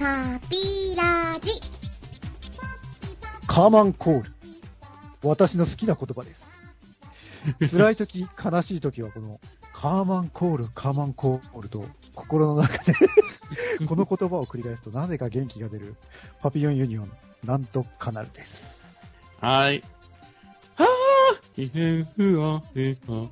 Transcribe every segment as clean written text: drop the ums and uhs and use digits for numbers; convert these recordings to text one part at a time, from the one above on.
タピラジ。 カーマンコール。私の好きな言葉です。辛い時、悲しい時はこのカーマンコール、カーマンコールと心の中でこの言葉を繰り返すとなぜか元気が出るパピヨンユニオンなんとかなるです。 はい。はぁーふわふわ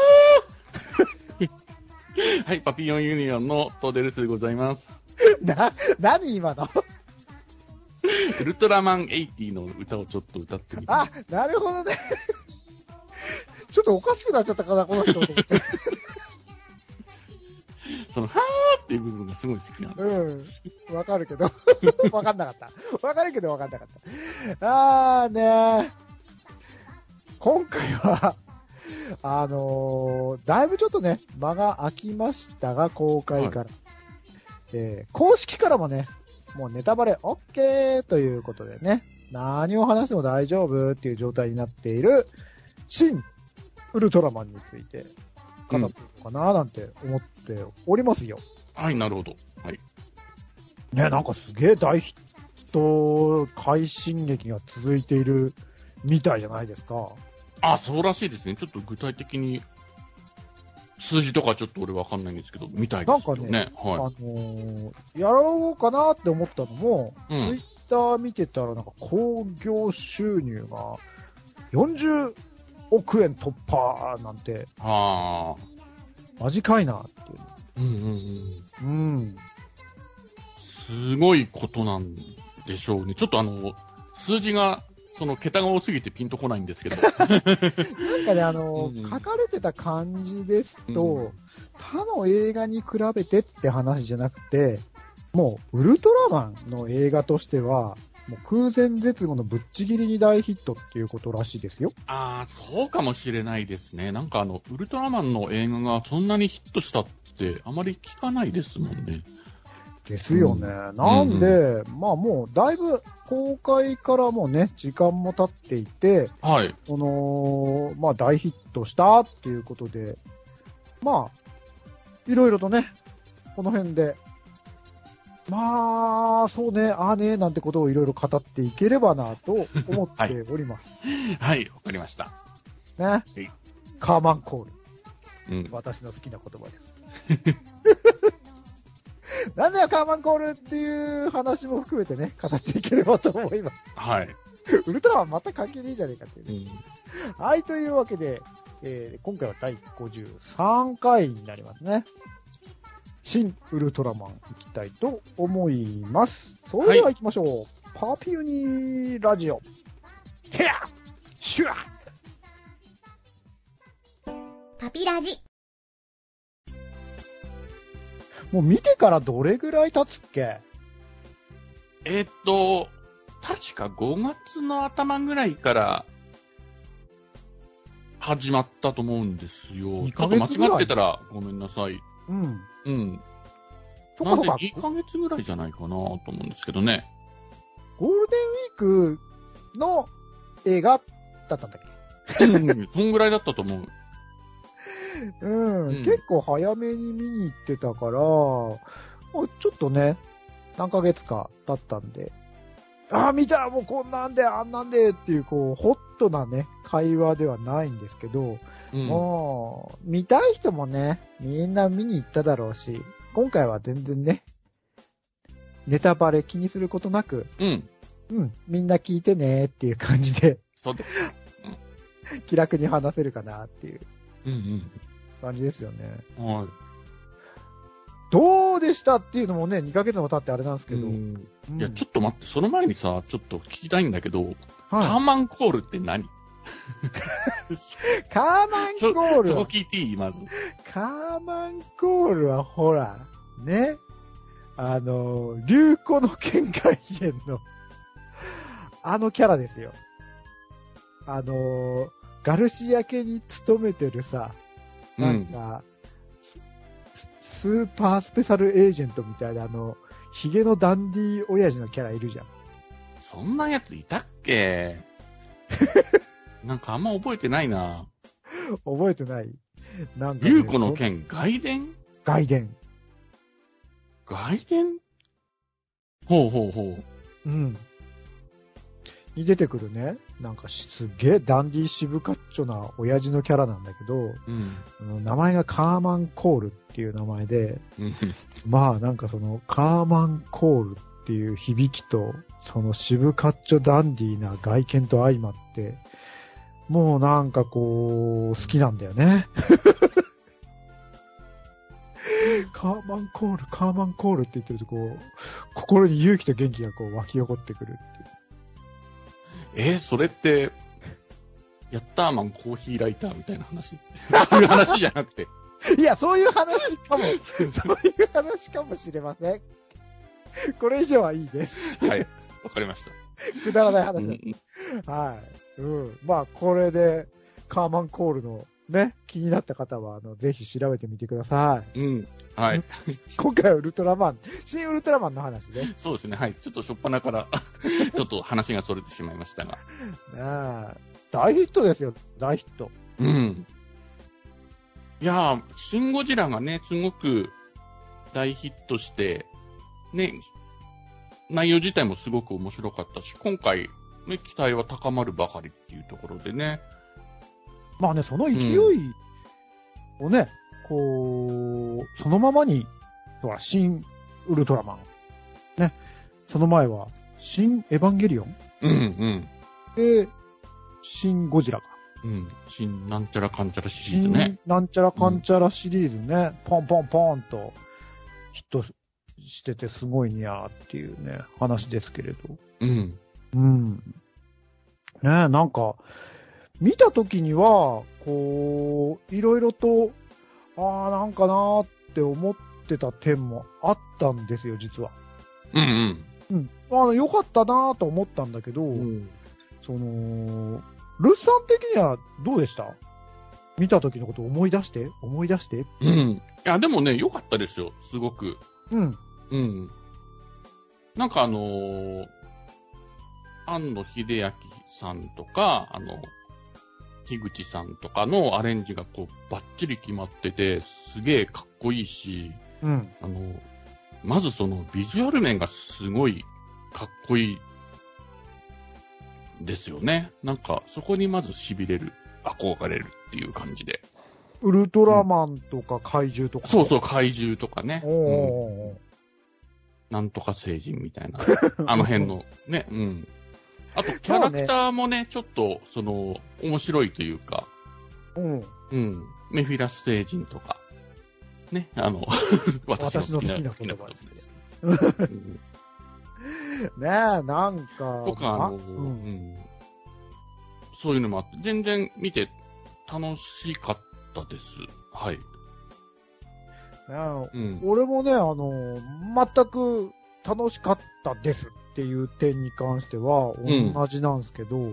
はい、パピヨンユニオンのトーデルスでございます。 何今のウルトラマン80の歌をちょっと歌ってみた。 あ、なるほどね。ちょっとおかしくなっちゃったかな、この人と思って。 その、はーっていう部分がすごい好きなんです。 うん。わかるけど。わかんなかった。わかるけどわかんなかった。あーねー。今回は、だいぶちょっとね、間が空きましたが、公開から。はい、公式からもね、もうネタバレ OK ということでね、何を話しても大丈夫っていう状態になっている、新ウルトラマンについて語っていこうかななんて思っておりますよ。 はい、なるほど。はい。 ね、なんかすげえ大ヒット快進撃が続いているみたいじゃないですか。 あ、そうらしいですね。ちょっと具体的に数字とかちょっと俺わかんないんですけど、みたいですよね。 なんかね、 はい、 やろうかなって思ったのも、 うん、 ツイッター見てたらなんか興行収入が40億円突破なんて、マジかいなっていう。 うんうんうん。 うん。 すごいことなんでしょうね。ちょっと数字が、桁が多すぎてピンとこないんですけど。なんかね、書かれてた感じですと、他の映画に比べてって話じゃなくて、もう、ウルトラマンの映画としては、もう空前絶後のぶっちぎりに大ヒットっていうことらしいですよ。 ああ、そうかもしれないですね。なんかウルトラマンの映画がそんなにヒットしたってあまり聞かないですもんね。 ですよね。なんで、まあもうだいぶ公開からもね、時間も経っていて、 はい。 まあ大ヒットしたっていうことで、まあ、いろいろとね、この辺で、まあ、そうね、ああね、なんてことをいろいろ語っていければなと思っております。 はい、わかりました。 ね。 はい、 カーマンコール。 うん。 私の好きな言葉です。なんだよ、カーマンコールっていう話も含めてね、語っていければと思います。 はい。 ウルトラマン全く関係ねえじゃねえかっていう、ね。はい、というわけで、今回は第53回になりますね。新ウルトラマン行きたいと思います。それでは行きましょう。はい、パピユニラジオ。ヘアシュラパピラジ。 もう見てからどれぐらい経つっけ？ 確か5月の頭ぐらいから始まったと思うんですよ。ちょっと間違ってたらごめんなさい。 うん。 うん。なんで2ヶ月ぐらいじゃないかなと思うんですけどね。 ゴールデンウィークの映画だったんだっけ？うん、そんぐらいだったと思う。 結構早めに見に行ってたから、もうちょっとね、何ヶ月か経ったんで、ああ、見たもうこんなんで、あんなんでっていう、こう、ホットなね、会話ではないんですけど、もう、見たい人もね、みんな見に行っただろうし、今回は全然ね、ネタバレ気にすることなく、みんな聞いてねっていう感じで、 そうです。 気楽に話せるかなっていう感じですよね。 はい。 どうでしたっていうのもね、2ヶ月も経ってあれなんですけど。 いや、ちょっと待って、その前にさ、ちょっと聞きたいんだけど、カーマンコールって何？ カーマンコールそこ聞いていい？まず。 カーマンコールはほら、ね。竜子の剣外伝の、キャラですよ。ガルシア家に勤めてるさ、なんか、スーパースペシャルエージェントみたいなヒゲのダンディー親父のキャラいるじゃん。 そんなやついたっけ？なんかあんま覚えてないな。 覚えてない？なんか、ね、 竜子の剣外伝？ 外伝。 外伝？ ほうほうほう。 うん。に出てくるね、なんかすっげえダンディー渋カッチョな親父のキャラなんだけど、名前がカーマンコールっていう名前で、まあなんかそのカーマンコールっていう響きと、その渋カッチョダンディーな外見と相まって、もうなんかこう、好きなんだよね。カーマンコール、カーマンコールって言ってるとこう、心に勇気と元気がこう湧き起こってくるっていう。 それって、ヤッターマンコーヒーライターみたいな話そういう話じゃなくて。 いや、そういう話かも、そういう話かもしれません。これ以上はいいです。 はい。わかりました。 くだらない話です。はい。まあ、これで、カーマンコールのね、気になった方は、ぜひ調べてみてください。 はい。 今回はウルトラマン、新ウルトラマンの話ね。 そうですね。はい。ちょっと初っ端から、ちょっと話が逸れてしまいましたが。 大ヒットですよ、大ヒット。 いやー、シン・ゴジラがね、すごく大ヒットして、ね、内容自体もすごく面白かったし、今回、ね、期待は高まるばかりっていうところでね。 まあね、その勢いをね、こう、そのままに、ほら、新ウルトラマン。ね。その前は、新エヴァンゲリオンで、新ゴジラか。 新なんちゃらかんちゃらシリーズね。 新なんちゃらかんちゃらシリーズね。ポンポンポンとヒットしててすごいにゃーっていうね、話ですけれど。ねなんか、見たときには、こう、いろいろと、なんかなーって思ってた点もあったんですよ、実は。良かったなーと思ったんだけど、その、ルスさん的にはどうでした？見た時のことを思い出していや、でもね、良かったですよ、すごく。なんか庵野秀明さんとか、樋口さんとかのアレンジがこう、バッチリ決まってて、すげえかっこいいし、まずそのビジュアル面がすごいかっこいいですよね。なんか、そこにまず痺れる、憧れるっていう感じで。 ウルトラマンとか怪獣とか、 そうそう、怪獣とかね。なんとか星人みたいな。あの辺の、ね、あと、キャラクターもね、ちょっと、面白いというか、メフィラス星人とか、ね、私の好きな言葉ですね。 なんか。 とか、そういうのもあって、全然見て楽しかったです。はい。 俺もね、全く楽しかったですっていう点に関しては同じなんですけど、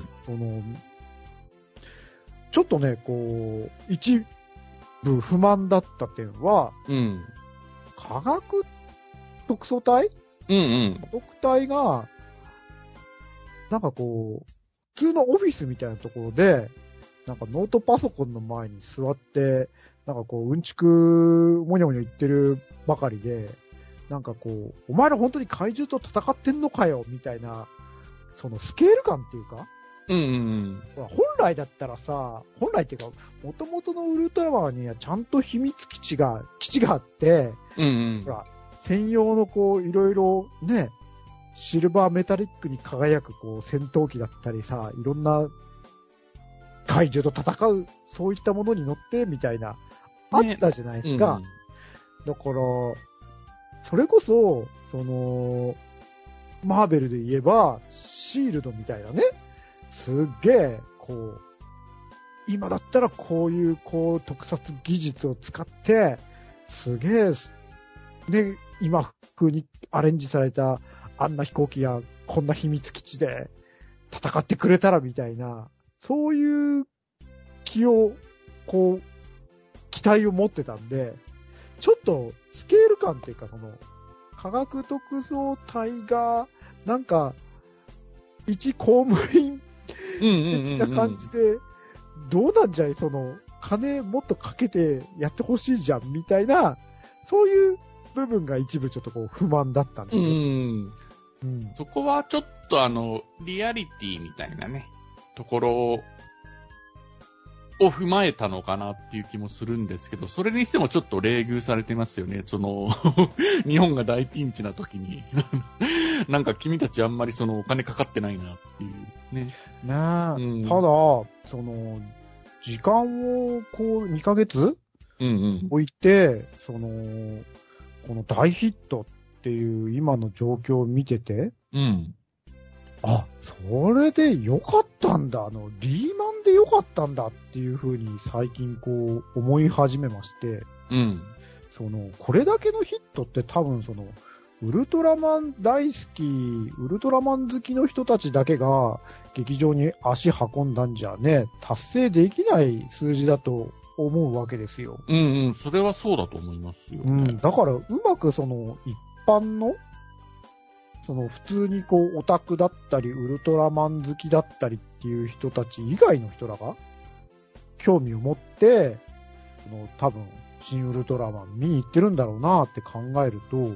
ちょっとね、こう、一部不満だった点は、科学特捜隊特隊が、なんかこう、普通のオフィスみたいなところで、なんかノートパソコンの前に座って、なんかこう、うんちく、もにょもにょ言ってるばかりで、なんかこう、お前ら本当に怪獣と戦ってんのかよみたいな、そのスケール感っていうか、本来だったらさ、本来っていうか、元々のウルトラマンにはちゃんと秘密基地があって、ほら、専用のこう、いろいろね、シルバーメタリックに輝くこう、戦闘機だったりさ、いろんな怪獣と戦う、そういったものに乗って、みたいな、あったじゃないですか。だから、それこそ、マーベルで言えば、シールドみたいなね、すっげえ、こう、今だったらこういう、こう、特撮技術を使って、すげえ、ね、今風にアレンジされた、あんな飛行機や、こんな秘密基地で戦ってくれたらみたいな、そういう気を、こう、期待を持ってたんで、ちょっとスケール感っていうか、科学特捜隊が、なんか、一公務員的な感じで、どうなんじゃい、金もっとかけてやってほしいじゃん、みたいな、そういう部分が一部ちょっとこう不満だったんで、 そこはちょっとリアリティみたいなね、ところを踏まえたのかなっていう気もするんですけど、それにしてもちょっと冷遇されてますよね。日本が大ピンチな時に、なんか君たちあんまりお金かかってないなっていうね。 ねえ、ただ、時間をこう2ヶ月置いて、この大ヒットっていう今の状況を見てて、あ、それで良かったんだ、リーマンで良かったんだっていう風に最近こう思い始めまして、これだけのヒットって多分ウルトラマン大好き、ウルトラマン好きの人たちだけが劇場に足運んだんじゃね、達成できない数字だと思うわけですよ。 それはそうだと思いますよね。 だからうまく一般の普通にこうオタクだったりウルトラマン好きだったりっていう人たち以外の人らが興味を持って多分新ウルトラマン見に行ってるんだろうなって考えると、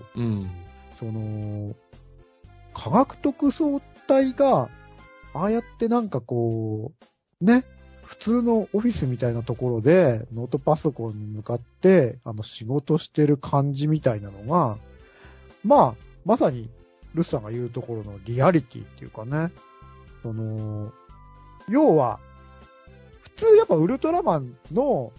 科学特捜隊がああやってなんかこうね、普通のオフィスみたいなところでノートパソコンに向かって仕事してる感じみたいなのが、まさにルスさんが言うところのリアリティっていうかね、要は、普通やっぱウルトラマンの、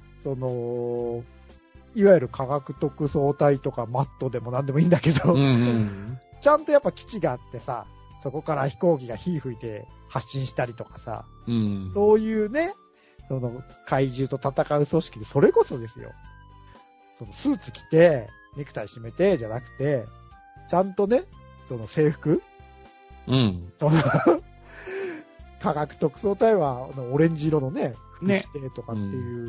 いわゆる科学特捜隊とかマットでもなんでもいいんだけど、ちゃんとやっぱ基地があってさ、そこから飛行機が火吹いて発進したりとかさ、そういうね、怪獣と戦う組織で、それこそですよ。スーツ着て、ネクタイ締めて、じゃなくて、ちゃんとね、制服科学特捜隊は、オレンジ色のね、服着てとかっていう。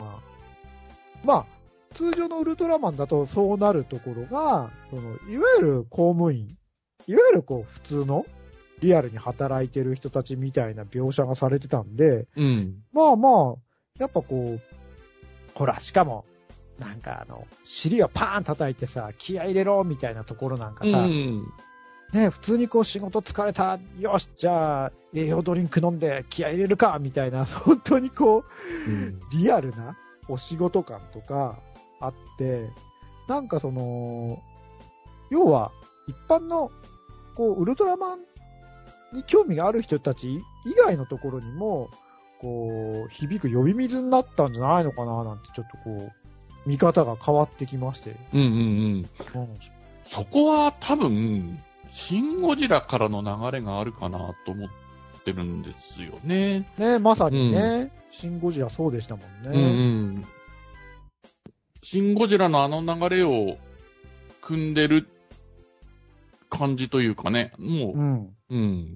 通常のウルトラマンだとそうなるところが、いわゆる公務員、いわゆるこう、普通の、リアルに働いてる人たちみたいな描写がされてたんで、やっぱこう、ほら、しかも、なんか尻をパーン叩いてさ、気合い入れろみたいなところなんかさ、ね、普通にこう仕事疲れた、よし、じゃあ栄養ドリンク飲んで気合い入れるかみたいな、本当にこう、リアルなお仕事感とかあって、なんか要は一般のこうウルトラマンに興味がある人たち以外のところにも、こう、響く呼び水になったんじゃないのかななんてちょっとこう、見方が変わってきまして。 そこは多分、シン・ゴジラからの流れがあるかなと思ってるんですよね。 ね、まさにね、シン・ゴジラそうでしたもんね。 シン・ゴジラの流れを組んでる感じというかね、もう、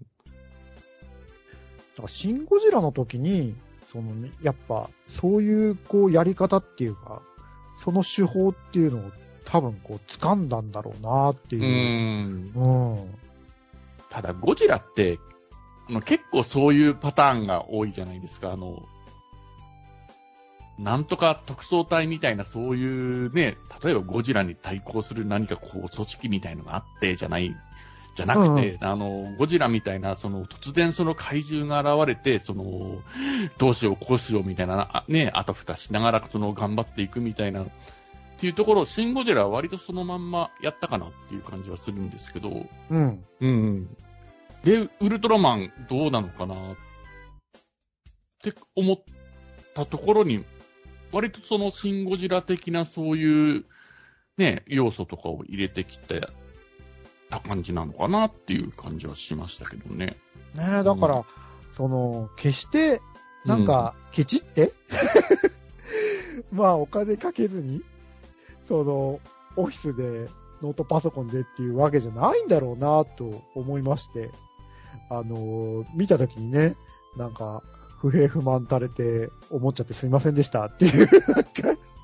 だからシン・ゴジラの時に、やっぱ、そういう、こう、やり方っていうか、その手法っていうのを多分、こう、掴んだんだろうなっていう。 ただ、ゴジラって、結構そういうパターンが多いじゃないですか。なんとか特捜隊みたいな、そういうね、例えばゴジラに対抗する何かこう、組織みたいのがあって、じゃなくて、ゴジラみたいな、突然怪獣が現れて、どうしよう、こうしようみたいな、ね、あたふたしながら、頑張っていくみたいな、っていうところを、シン・ゴジラは割とそのまんまやったかなっていう感じはするんですけど、で、ウルトラマンどうなのかなって思ったところに、割とシン・ゴジラ的なそういう、ね、要素とかを入れてきて、感じなのかなっていう感じはしましたけどね。 ねえ、だから、決して、なんか、ケチって、お金かけずに、オフィスで、ノートパソコンでっていうわけじゃないんだろうなと思いまして、見たときにね、なんか、不平不満垂れて思っちゃってすいませんでしたっていう、なんか、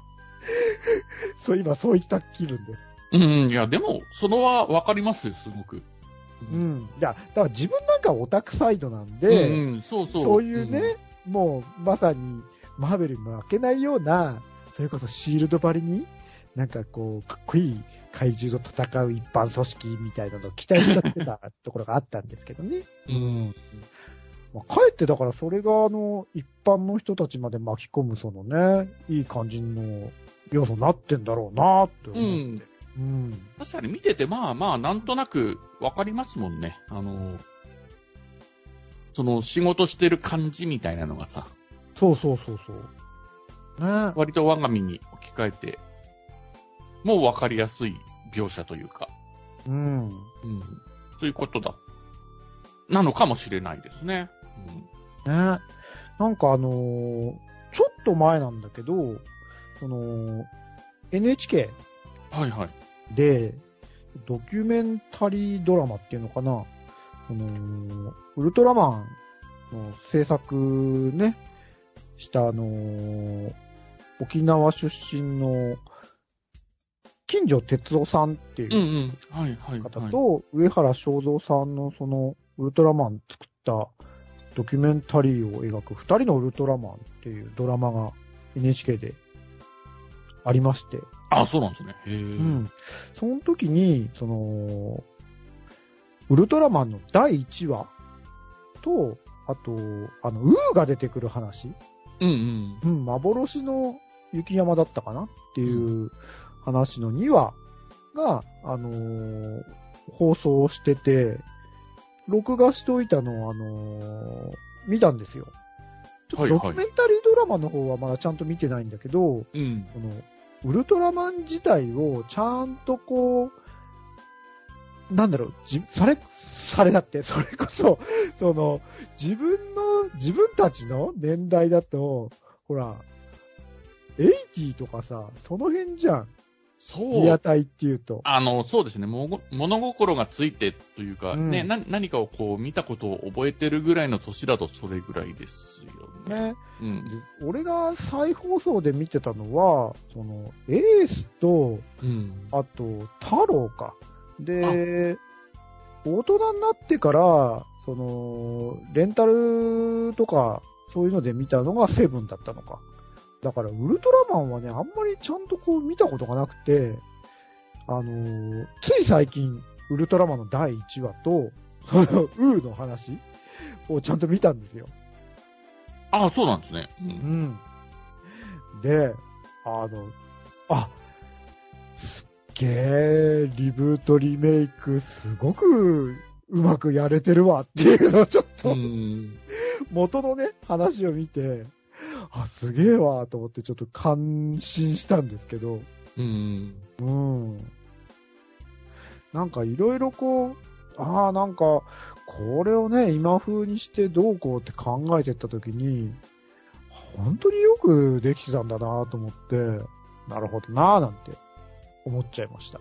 今そういった気分です。 いや、でも、はわかりますよ、すごく。 いや、だから自分なんかオタクサイドなんで、そういうね、もう、まさに、マーベルに負けないような、それこそシールド張りに、 なんかこう、かっこいい怪獣と戦う一般組織みたいなのを期待しちゃってたところがあったんですけどね。 うん。 まあ、かえってだからそれが一般の人たちまで巻き込むそのね、いい感じの要素になってんだろうなって思って。うん。 確かに見てて、まあまあ、なんとなくわかりますもんね。その仕事してる感じみたいなのがさ。 そう。ね。 割と我が身に置き換えて、もうわかりやすい描写というか。 うん。 そういうことだ。なのかもしれないですね。 ね。なんかちょっと前なんだけど、NHK で、ドキュメンタリードラマっていうのかな、ウルトラマンの制作ね、した沖縄出身の金城哲夫さんっていう方と、上原正蔵さんのウルトラマン作ったドキュメンタリーを描く二人のウルトラマンっていうドラマが NHK でありまして。 あ、そうなんですね。へー。 その時に、ウルトラマンの第1話と、あと、ウーが出てくる話。幻の雪山だったかなっていう話の2話が、放送してて、録画しておいたのを、見たんですよ。ドキュメンタリードラマの方はまだちゃんと見てないんだけど、ウルトラマン自体をちゃんとこう、なんだろう、それだって、それこそ、自分たちの年代だと、ほら、80とかさ、その辺じゃん。 そう。 リアタイっていうと。 そうですね。物心がついてというか、ね、何かをこう見たことを覚えてるぐらいの年だとそれぐらいですよね。 俺が再放送で見てたのは、エースと、あと、太郎か。で、大人になってから、レンタルとか、そういうので見たのがセブンだったのか。だから、ウルトラマンはね、あんまりちゃんとこう見たことがなくて、つい最近、ウルトラマンの第1話と、ウーの話をちゃんと見たんですよ。 ああ、そうなんですね。 で、すっげー、リブートリメイク、すごくうまくやれてるわっていうのをちょっと、元のね、話を見て、すげえわーと思ってちょっと感心したんですけど、なんかいろいろこう、なんか、これをね、今風にしてどうこうって考えてったときに、本当によくできてたんだなと思って、なるほどなーなんて思っちゃいました。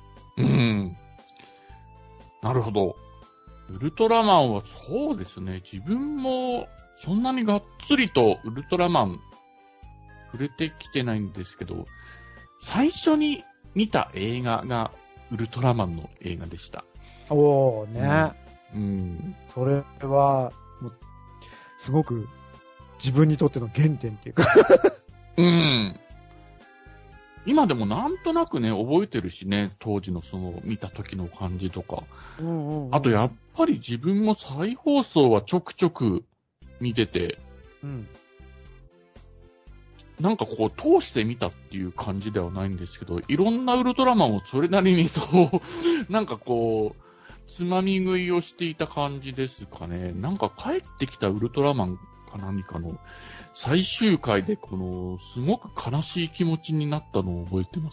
なるほど。ウルトラマンはそうですね、自分もそんなにがっつりとウルトラマン触れてきてないんですけど、最初に見た映画がウルトラマンの映画でした。 おーね。それは、もう、すごく自分にとっての原点っていうか今でもなんとなくね、覚えてるしね、当時の見た時の感じとか。あとやっぱり自分も再放送はちょくちょく見てて、なんかこう通して見たっていう感じではないんですけど、いろんなウルトラマンをそれなりになんかこう、つまみ食いをしていた感じですかね。なんか帰ってきたウルトラマンか何かの最終回ですごく悲しい気持ちになったのを覚えてます、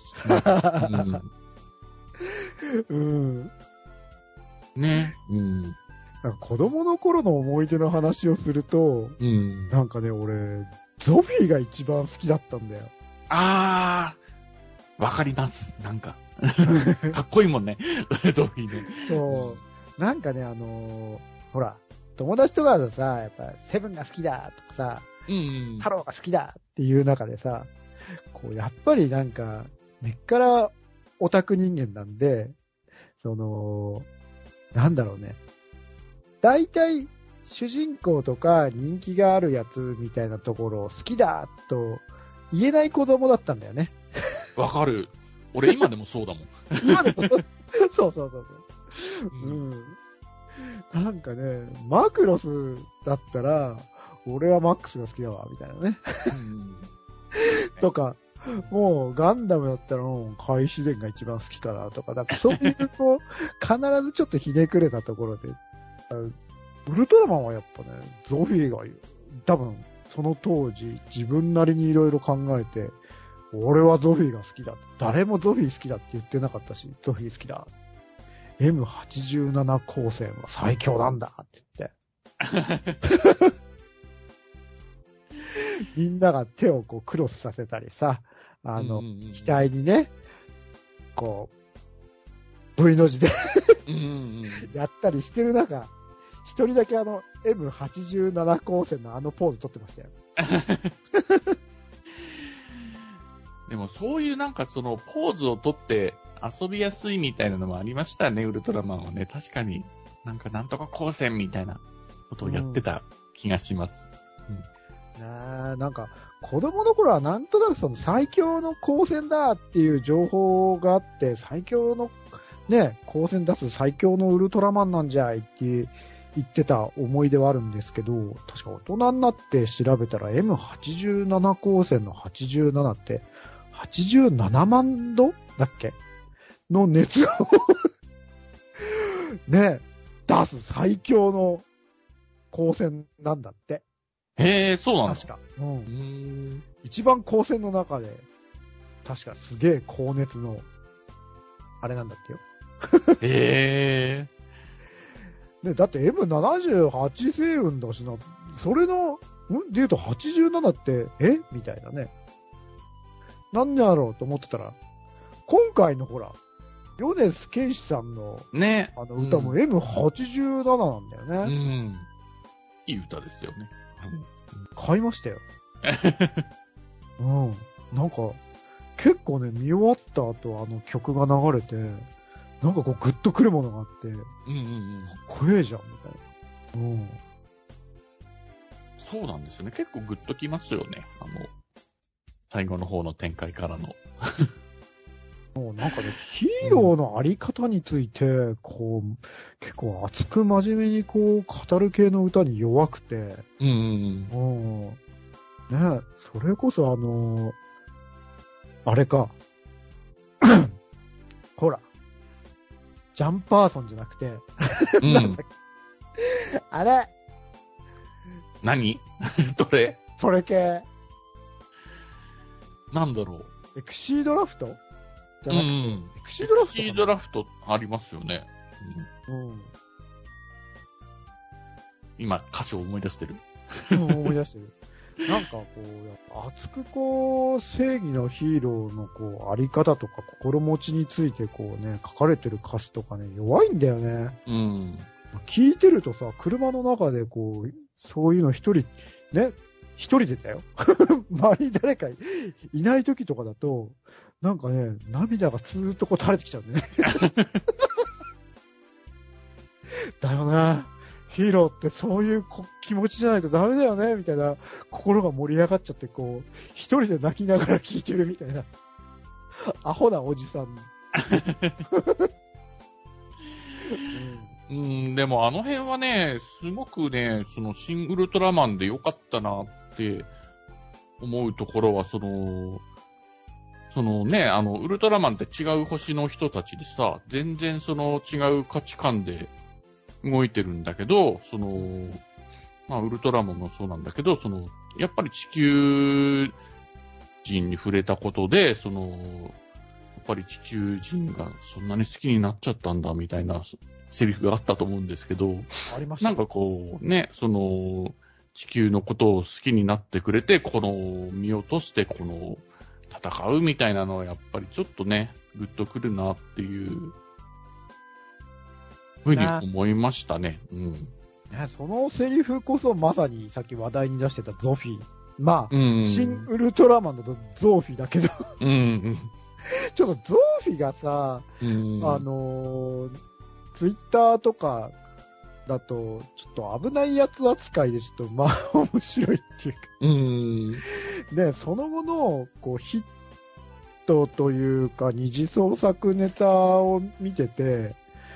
ね。 なんか子供の頃の思い出の話をすると、なんかね、俺、ゾフィーが一番好きだったんだよ。 わかります。なんか。かっこいいもんね。ゾフィーね。 そう。なんかね、ほら、友達とかだとさ、やっぱ、セブンが好きだとかさ、太郎が好きだっていう中でさ、こう、やっぱりなんか、根っからオタク人間なんで、なんだろうね。大体、主人公とか人気があるやつみたいなところを好きだと言えない子供だったんだよね。 わかる。 俺今でもそうだもん。 今でもそうそうそうそう。うん。なんかね、マクロスだったら、俺はマックスが好きだわ、みたいなね。とか、もうガンダムだったらもう開始伝が一番好きかなとか、なんかそういうこう、必ずちょっとひねくれたところで、ウルトラマンはやっぱね、ゾフィーが多分その当時自分なりにいろいろ考えて、俺はゾフィーが好きだ。誰もゾフィー好きだって言ってなかったし、ゾフィー好きだ。M87 光線は最強なんだって言って。みんなが手をこうクロスさせたりさ、機体にね、こう、V の字でやったりしてる中、一人だけM87 光線のポーズ撮ってましたよ。 でもそういうなんかそのポーズを撮って遊びやすいみたいなのもありましたね、ウルトラマンはね。確かになんかなんとか光線みたいなことをやってた気がします。 なんか子供の頃はなんとなくその最強の光線だっていう情報があって、最強のね、光線出す最強のウルトラマンなんじゃいって言ってた思い出はあるんですけど、確か大人になって調べたら M87 光線の87って87万度だっけの熱をね、出す最強の光線なんだって。 へえ、そうなんですか。確か。うん。一番光線の中で、確かすげえ高熱の、あれなんだってよ。 へえ。ね、だって M78 星雲だしな、それの、で言うと87って、みたいなね。なんでだろうと思ってたら、今回のほら、米津玄師さんの、 ね、 歌も M87 なんだよね。 うん。いい歌ですよね。 買いましたよ。うん。なんか、結構ね、見終わった後、曲が流れて、なんかこう、グッとくるものがあって、怖えじゃん、みたいな。うん。 そうなんですよね。結構グッときますよね。最後の方の展開からの。 もうなんかね、ヒーローのあり方について、こう、結構熱く真面目にこう、語る系の歌に弱くて、ね、それこそあれか、ほら、ジャンパーソンじゃなくて、なんだっけ、あれ何どれそれ系。 なんだろう。 エクシードラフトじゃなくて、エクシードラフトありますよね。今、歌詞を思い出してる。 思い出してる。なんかこう、熱くこう、正義のヒーローのこう、あり方とか心持ちについてこうね、書かれてる歌詞とかね、弱いんだよね。聞いてるとさ、車の中でこう、そういうの一人でだよ。周りに誰かいない時とかだと、なんかね、涙がスーッとこう垂れてきちゃうね。だよな。ヒーローってそういう気持ちじゃないとダメだよね、みたいな、心が盛り上がっちゃって、こう、一人で泣きながら聴いてるみたいな、アホなおじさん。 でもあの辺はね、すごくね、そのシン・ウルトラマンで良かったなって思うところは、そのね、ウルトラマンって違う星の人たちでさ、全然その違う価値観で動いてるんだけど、ウルトラマンもそうなんだけど、やっぱり地球人に触れたことで、やっぱり地球人がそんなに好きになっちゃったんだみたいなセリフがあったと思うんですけど、 ありました。 なんかこうね、地球のことを好きになってくれて、見落として戦うみたいなのはやっぱりちょっとね、グッとくるなっていうふうに思いましたね。 そのセリフこそまさにさっき話題に出してたゾフィー。まあ、シン・ウルトラマンだとゾフィーだけど、ちょっとゾフィーがさ、ツイッターとかだと、ちょっと危ないやつ扱いでちょっと、まあ、面白いっていうか。で、その後の、こう、 トというか二次創作ネタを見てて、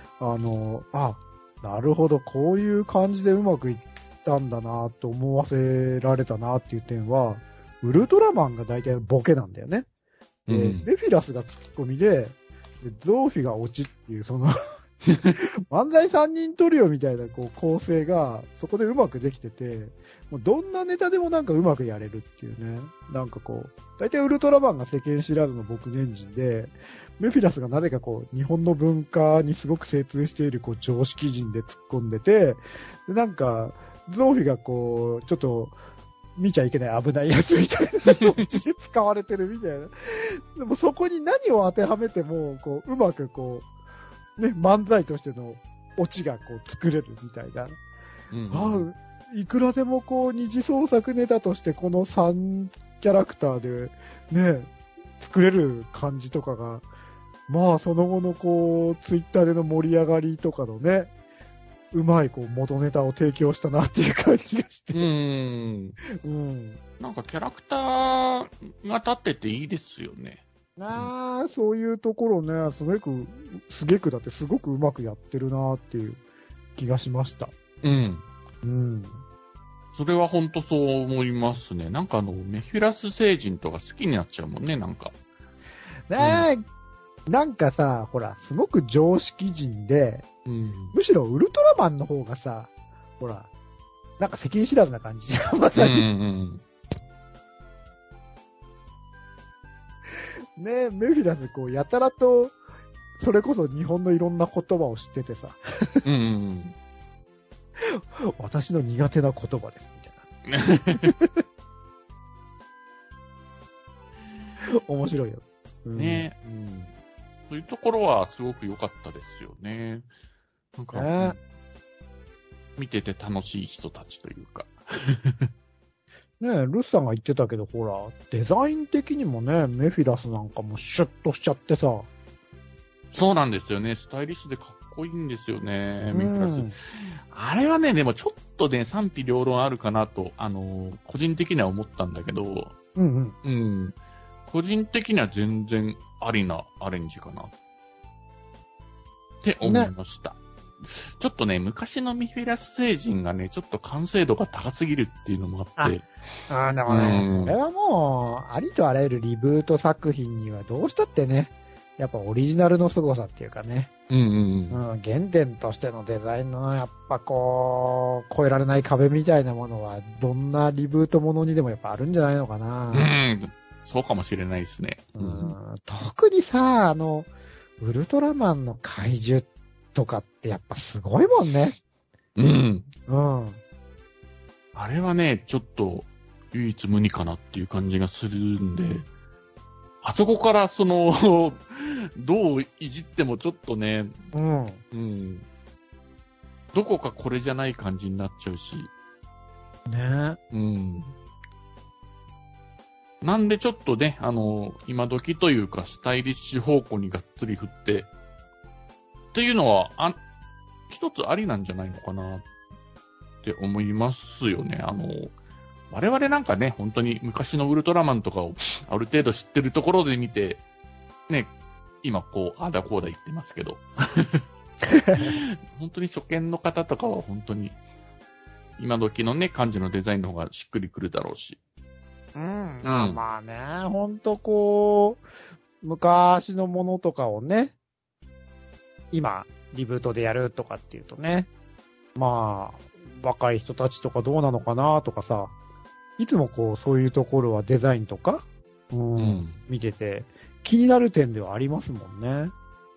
なるほど、こういう感じでうまくいったんだなと思わせられたなっていう点は、ウルトラマンが大体ボケなんだよね。で、メフィラスがツッコミで、ゾーフィがオチっていう、その漫才3人トリオみたいなこう構成がそこでうまくできてて、もうどんなネタでもなんかうまくやれるっていうね。なんかこう、大体ウルトラマンが世間知らずの僕年人で、メフィラスがなぜかこう、日本の文化にすごく精通しているこう常識人で突っ込んでて、でなんか、ゾーフィがこう、ちょっと、見ちゃいけない危ないやつみたいな感じで使われてるみたいな。でもそこに何を当てはめても、こう、うまくこう、ね、漫才としてのオチがこう作れるみたいな。いくらでもこう二次創作ネタとしてこの3キャラクターでね、作れる感じとかが、まあその後のこう、ツイッターでの盛り上がりとかのね、うまいこう元ネタを提供したなっていう感じがして。 なんかキャラクターが立ってていいですよね。 そういうところね、すげくだってすごくうまくやってるなっていう気がしました。 それは本当そう思いますね。なんかメフィラス星人とか好きになっちゃうもんね、なんか。 なんかさ、ほら、すごく常識人で、むしろウルトラマンの方がさ、ほら、なんか世間知らずな感じじゃん。ね、メフィラスこう、やたらと、それこそ日本のいろんな言葉を知っててさ。私の苦手な言葉です、みたいな。面白いよ。 ね、そういうところはすごく良かったですよね。なんか、見てて楽しい人たちというか。 ねえ、ルスさんが言ってたけど、ほら、デザイン的にもね、メフィラスなんかもシュッとしちゃってさ。 そうなんですよね。スタイリッシュでかっこいいんですよね、メフィラス。あれはね、でもちょっとね、賛否両論あるかなと、個人的には思ったんだけど、個人的には全然ありなアレンジかなって思いました。ちょっとね、昔のメフィラス星人がね、ちょっと完成度が高すぎるっていうのもあって。 でもね、それはもう、ありとあらゆるリブート作品にはどうしたってね、やっぱオリジナルの凄さっていうかね。原点としてのデザインの、やっぱこう、越えられない壁みたいなものは、どんなリブートものにでもやっぱあるんじゃないのかな。 そうかもしれないですね。 特にさ、ウルトラマンの怪獣とかってやっぱすごいもんね。 あれはね、ちょっと唯一無二かなっていう感じがするんで、あそこからどういじってもちょっとね、どこかこれじゃない感じになっちゃうし。なんでちょっとね、今時というかスタイリッシュ方向にがっつり振って、っていうのは、一つありなんじゃないのかなって思いますよね。我々なんかね、本当に昔のウルトラマンとかをある程度知ってるところで見て、ね、今こう、あだこうだ言ってますけど、本当に初見の方とかは本当に、今時のね、感じのデザインの方がしっくりくるだろうし。 まあね、ほんとこう、昔のものとかをね、今、リブートでやるとかっていうとね、まあ、若い人たちとかどうなのかなとかさ、いつもこう、そういうところはデザインとか、見てて、気になる点ではありますもんね。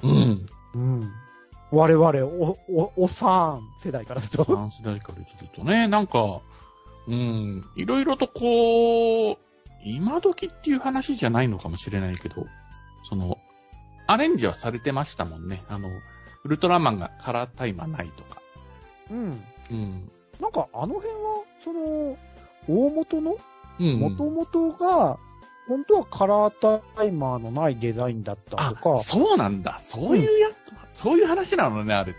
我々、おさん世代からすると。 おさん世代からするとね、なんか、いろいろとこう、今時っていう話じゃないのかもしれないけど、アレンジはされてましたもんね。ウルトラマンがカラータイマーないとか。 なんかあの辺は、大元の、元々が、本当はカラータイマーのないデザインだったとか。 そうなんだ。そういうやつ、そういう話なのね、あれって。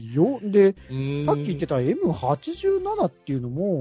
らしいよ。で、さっき言ってた M87 っていうのも、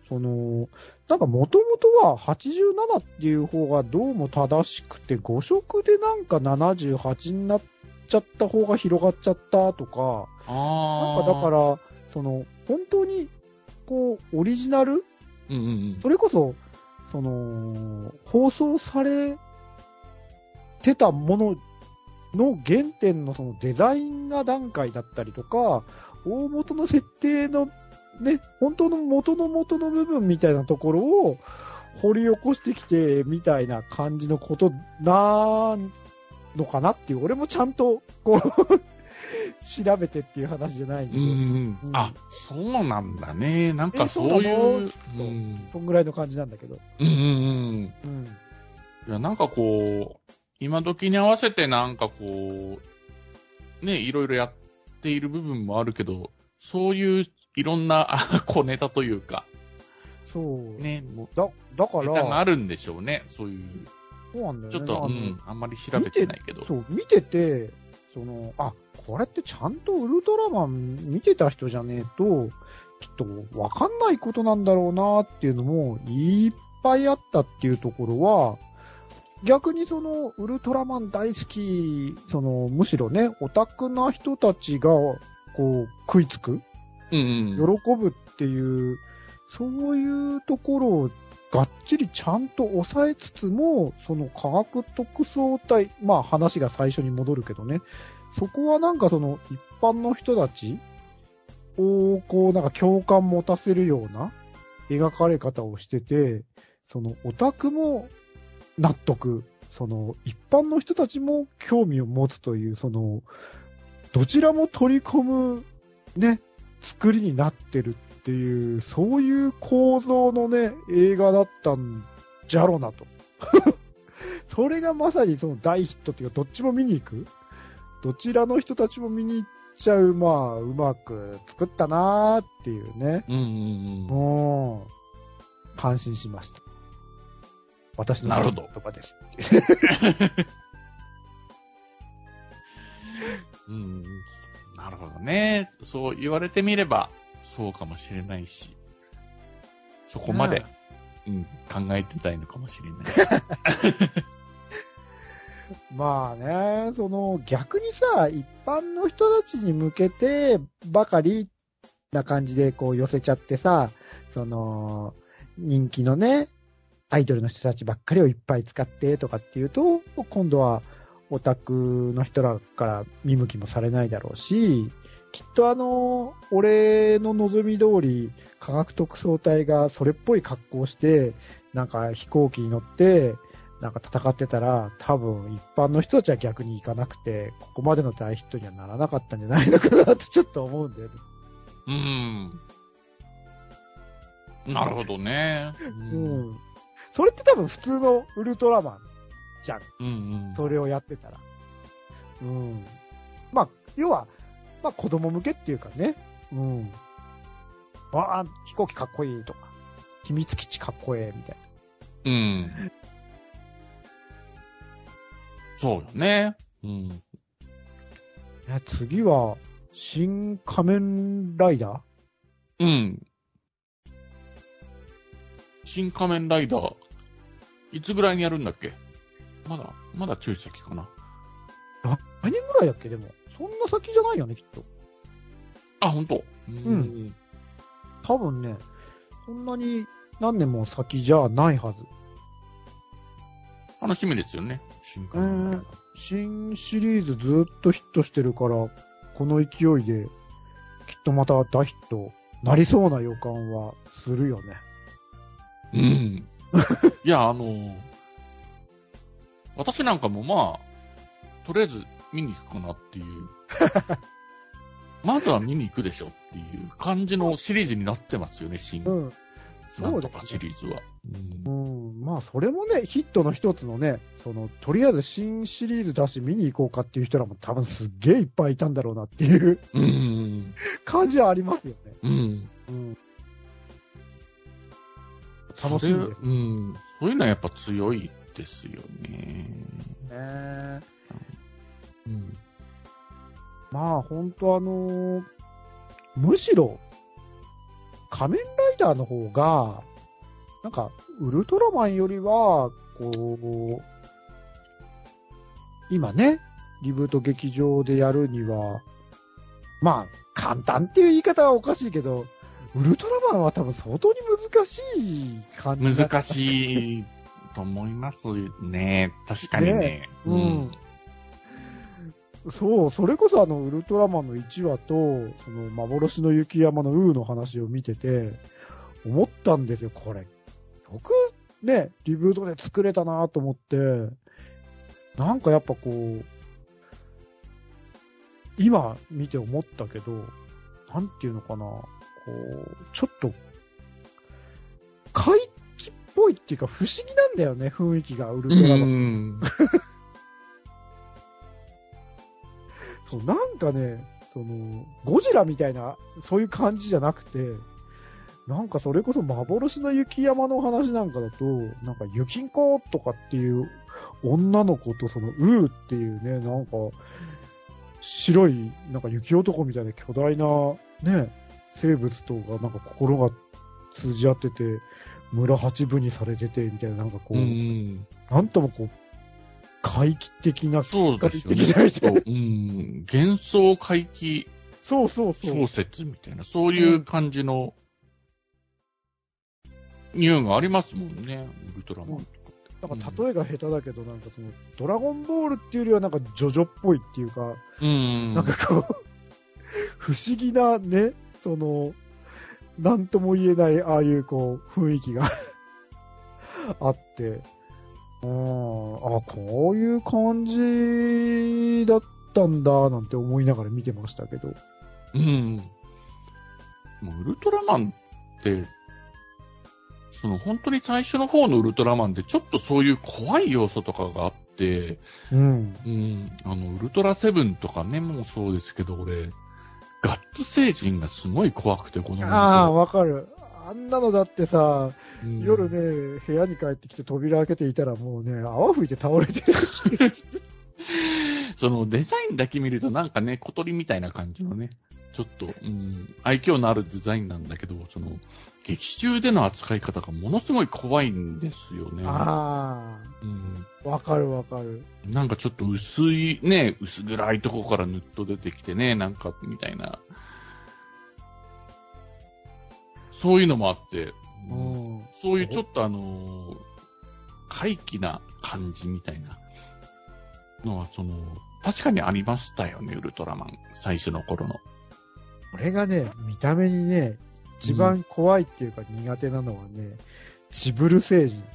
なんか元々は87っていう方がどうも正しくて、5色でなんか78になっちゃった方が広がっちゃったとか、なんかだから、本当に、オリジナル、それこそ、放送されてたものの原点のそのデザインな段階だったりとか、大元の設定のね、本当の元の部分みたいなところを掘り起こしてきてみたいな感じのことなのかなっていう、俺もちゃんと調べてっていう話じゃないんで。 あ、そうなんだね。なんかそういう、 そんぐらいの感じなんだけど。 いや、なんか今時に合わせてなんかね、いろいろやっている部分もあるけど、そういういろんな小ネタというか。 そう。 ね、もう。 だから。 ネタがあるんでしょうね、そういう。 そうなんだよね。 ちょっと、あんまり調べてないけど。 そう、見てて、これってちゃんとウルトラマン見てた人じゃねえと、きっとわかんないことなんだろうなっていうのもいっぱいあったっていうところは、逆にウルトラマン大好き、むしろね、オタクな人たちが、食いつく、喜ぶっていう、そういうところをがっちりちゃんと抑えつつも、科学特捜隊、まあ話が最初に戻るけどね、そこはなんか一般の人たちをなんか共感持たせるような描かれ方をしてて、オタクも納得、一般の人たちも興味を持つという、どちらも取り込むね、作りになってるっていう、そういう構造のね、映画だったんじゃろなと。それがまさに大ヒットっていうか、どっちも見に行く、どちらの人たちも見に行っちゃう、まあ、うまく作ったなーっていうね。もう、感心しました。私の言葉です。 なるほどね。そう言われてみれば、そうかもしれないし、そこまで、考えてたいのかもしれない。 まあね、逆にさ、一般の人たちに向けてばかりな感じで寄せちゃってさ、人気のね、アイドルの人たちばっかりをいっぱい使ってとかっていうと、今度はオタクの人らから見向きもされないだろうし、きっと俺の望み通り、科学特捜隊がそれっぽい格好をして、なんか飛行機に乗って、なんか戦ってたら、多分一般の人たちは逆に行かなくて、ここまでの大ヒットにはならなかったんじゃないのかなってちょっと思うんだよね。 なるほどね。 それって多分普通のウルトラマンじゃん。それをやってたら。まあ、要は、まあ子供向けっていうかね。飛行機かっこいいとか、秘密基地かっこええみたいな。 そうよね。 次は、新仮面ライダー？ 新仮面ライダー、いつぐらいにやるんだっけ？まだちょい先かな。 来年ぐらいだっけ？でも、そんな先じゃないよね、きっと。 あ、ほんと？ 多分ね、そんなに何年も先じゃないはず。 楽しみですよね、新仮面ライダー。 新シリーズずっとヒットしてるから、この勢いで、きっとまた大ヒットなりそうな予感はするよね。 いや、私なんかもまあ、とりあえず見に行くかなっていう。まずは見に行くでしょっていう感じのシリーズになってますよね、新。なんとかシリーズは。 まあ、それもね、ヒットの一つのね、とりあえず新シリーズだし見に行こうかっていう人らも多分すっげえいっぱいいたんだろうなっていう感じはありますよね。楽しみです。 そういうのはやっぱ強いですよね。 まあ、ほんとむしろ、 仮面ライダーの方が、なんか、ウルトラマンよりは、こう、今ね、リブート劇場でやるには、まあ、簡単っていう言い方はおかしいけど、ウルトラマンは多分相当に難しい感じ。 難しいと思いますね。確かにね。 うん。そう、それこそウルトラマンの1話と、その幻の雪山のウーの話を見てて、思ったんですよ、これ。よくね、リブートで作れたなと思って、なんかやっぱこう、今見て思ったけど、なんていうのかな、こう、ちょっと、怪奇っぽいっていうか不思議なんだよね、雰囲気が、ウルトラマン。そう、なんかね、ゴジラみたいな、そういう感じじゃなくて、なんかそれこそ幻の雪山の話なんかだと、なんかユキンコとかっていう女の子とそのウーっていうね、なんか、白い、なんか雪男みたいな巨大なね、生物とがなんか心が通じ合ってて、村八分にされてて、みたいな、なんかこう、なんともこう、怪奇的な、 そうですよね。幻想怪奇小説みたいな、そういう感じの、匂いがありますもんね、ウルトラマンとか。 なんか例えが下手だけど、なんかドラゴンボールっていうよりはなんかジョジョっぽいっていうか、なんかこう、不思議なね、なんとも言えない、ああいうこう、雰囲気があって、こういう感じだったんだ、なんて思いながら見てましたけど。 もうウルトラマンって、本当に最初の方のウルトラマンってちょっとそういう怖い要素とかがあって、ウルトラセブンとかね、もうそうですけど、俺、ガッツ星人がすごい怖くて、このわかる。あんなのだってさ、夜ね、部屋に帰ってきて扉開けていたらもうね、泡吹いて倒れてる。 デザインだけ見るとなんかね、小鳥みたいな感じのね、ちょっと、愛嬌のあるデザインなんだけど、劇中での扱い方がものすごい怖いんですよね。 わかるわかる。 なんかちょっと薄い、ね、薄暗いとこからぬっと出てきてね、なんか、みたいな。そういうのもあって、そういうちょっと怪奇な感じみたいなのは、確かにありましたよね、ウルトラマン。最初の頃の。 これがね、見た目にね、一番怖いっていうか苦手なのはね、チブル星人。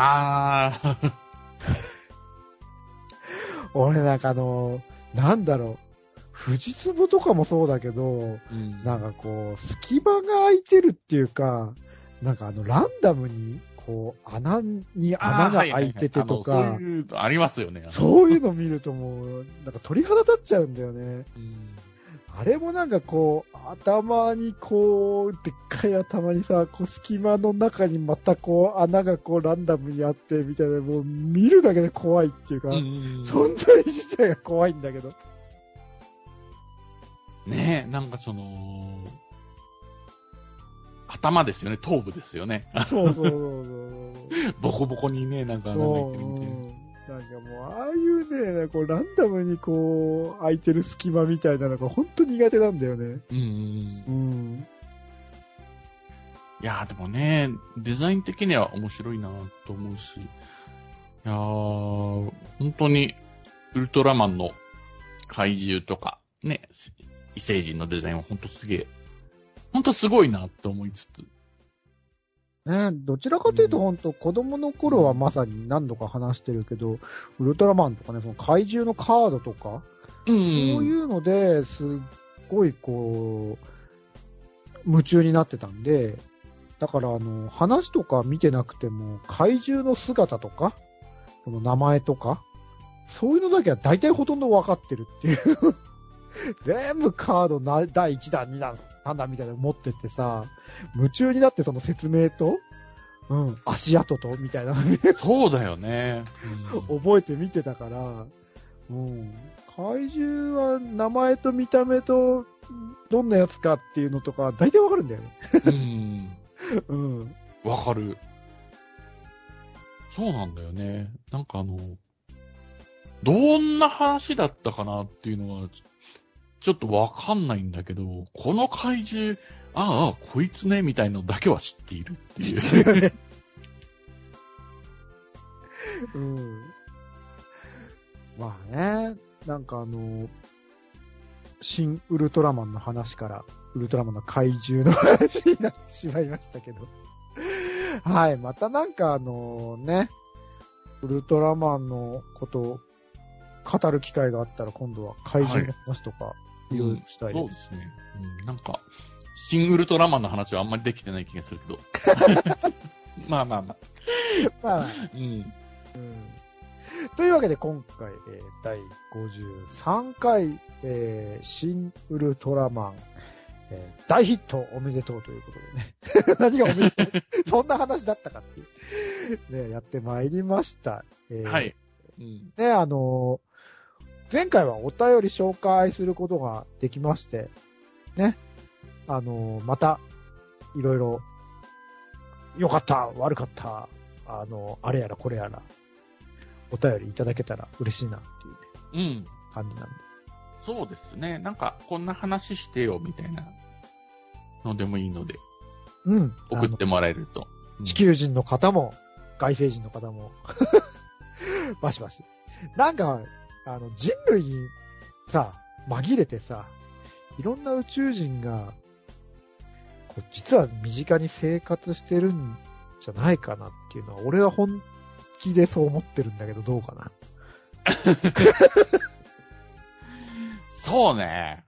俺なんかなんだろう、富士壺とかもそうだけど、なんかこう、隙間が開いてるっていうか、なんかランダムに、こう、穴が開いててとか、 そういうのありますよね。 そういうの見るともう、なんか鳥肌立っちゃうんだよね。あれもなんかこう、頭にこう、でっかい頭にさ、こう隙間の中にまたこう、穴がこうランダムにあって、みたいな、もう見るだけで怖いっていうか、存在自体が怖いんだけど。 ねえ、なんか頭ですよね、頭部ですよね。 そう。 ボコボコにね、なんか穴が開いてるみたいな。 なんかもう、ああいうね、こう、ランダムにこう、開いてる隙間みたいなのが本当に苦手なんだよね。 いやーでもね、デザイン的には面白いなと思うし、いやー、本当に、ウルトラマンの怪獣とか、ね、異星人のデザインは本当すげえ、本当すごいなと思いつつ。 ね、どちらかというと本当、子供の頃はまさに何度か話してるけど、ウルトラマンとかね、その怪獣のカードとか、そういうのですっごいこう、夢中になってたんで、だから話とか見てなくても、怪獣の姿とか、その名前とか、そういうのだけは大体ほとんど分かってるっていう。全部カード第1弾、2弾、3弾みたいなの持ってってさ、夢中になってその説明と、足跡と、みたいな。 そうだよね。 覚えて見てたから、怪獣は名前と見た目とどんなやつかっていうのとか、大体わかるんだよね。うん。 わかる。そうなんだよね。なんかどんな話だったかなっていうのは、ちょっとわかんないんだけど、この怪獣、ああ、こいつね、みたいのだけは知っているっていう。 うん。まあね、なんか新ウルトラマンの話から、ウルトラマンの怪獣の話になってしまいましたけど。はい、またなんかね、ウルトラマンのことを語る機会があったら今度は怪獣の話とか、いろいろしたいです。 そうですね。なんか、新ウルトラマンの話はあんまりできてない気がするけど。まあ。まあ、 というわけで今回、第53回、新ウルトラマン、大ヒットおめでとうということでね。何がおめでとうそんな話だったかっていう。ね、やってまいりました。 はい。 ね、前回はお便り紹介することができまして、ね。また、いろいろ、良かった、悪かった、あれやらこれやら、お便りいただけたら嬉しいなっていうね。感じなんで。 そうですね。なんか、こんな話してよ、みたいなのでもいいので。送ってもらえると。 地球人の方も、外星人の方も、バシバシ。なんか、人類にさ、紛れてさ、いろんな宇宙人が、実は身近に生活してるんじゃないかなっていうのは、俺は本気でそう思ってるんだけど、どうかな。 そうね。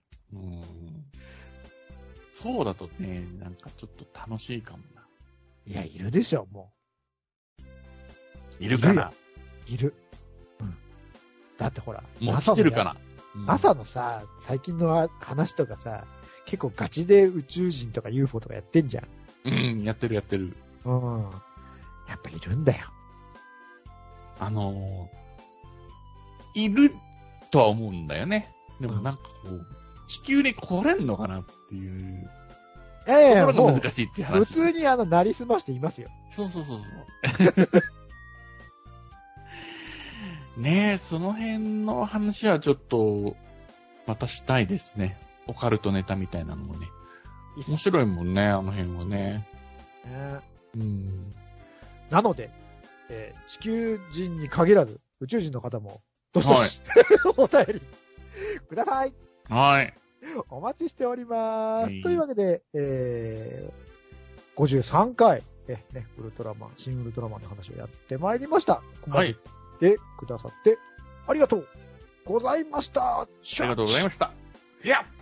そうだとね、なんかちょっと楽しいかもな。 いや、いるでしょ、もう。いるかな。 いる。だってほら、 もう来てるかな。 朝のさ、最近の話とかさ、結構ガチで宇宙人とか UFO とかやってんじゃん。 やってる。 やっぱいるんだよ。 いるとは思うんだよね。でもなんか地球に来れんのかなっていう。ところが難しいっていう話。 普通になりすましていますよ。 そう。ねえ、その辺の話はちょっと、またしたいですね。オカルトネタみたいなのもね。面白いもんね、あの辺はね。 なので、地球人に限らず、宇宙人の方も、どしどし、お便りください。 はい。 お待ちしております。というわけで、53回、ウルトラマン、新ウルトラマンの話をやってまいりました。 はい。 でくださって、ありがとうございました。 ありがとうございました。いや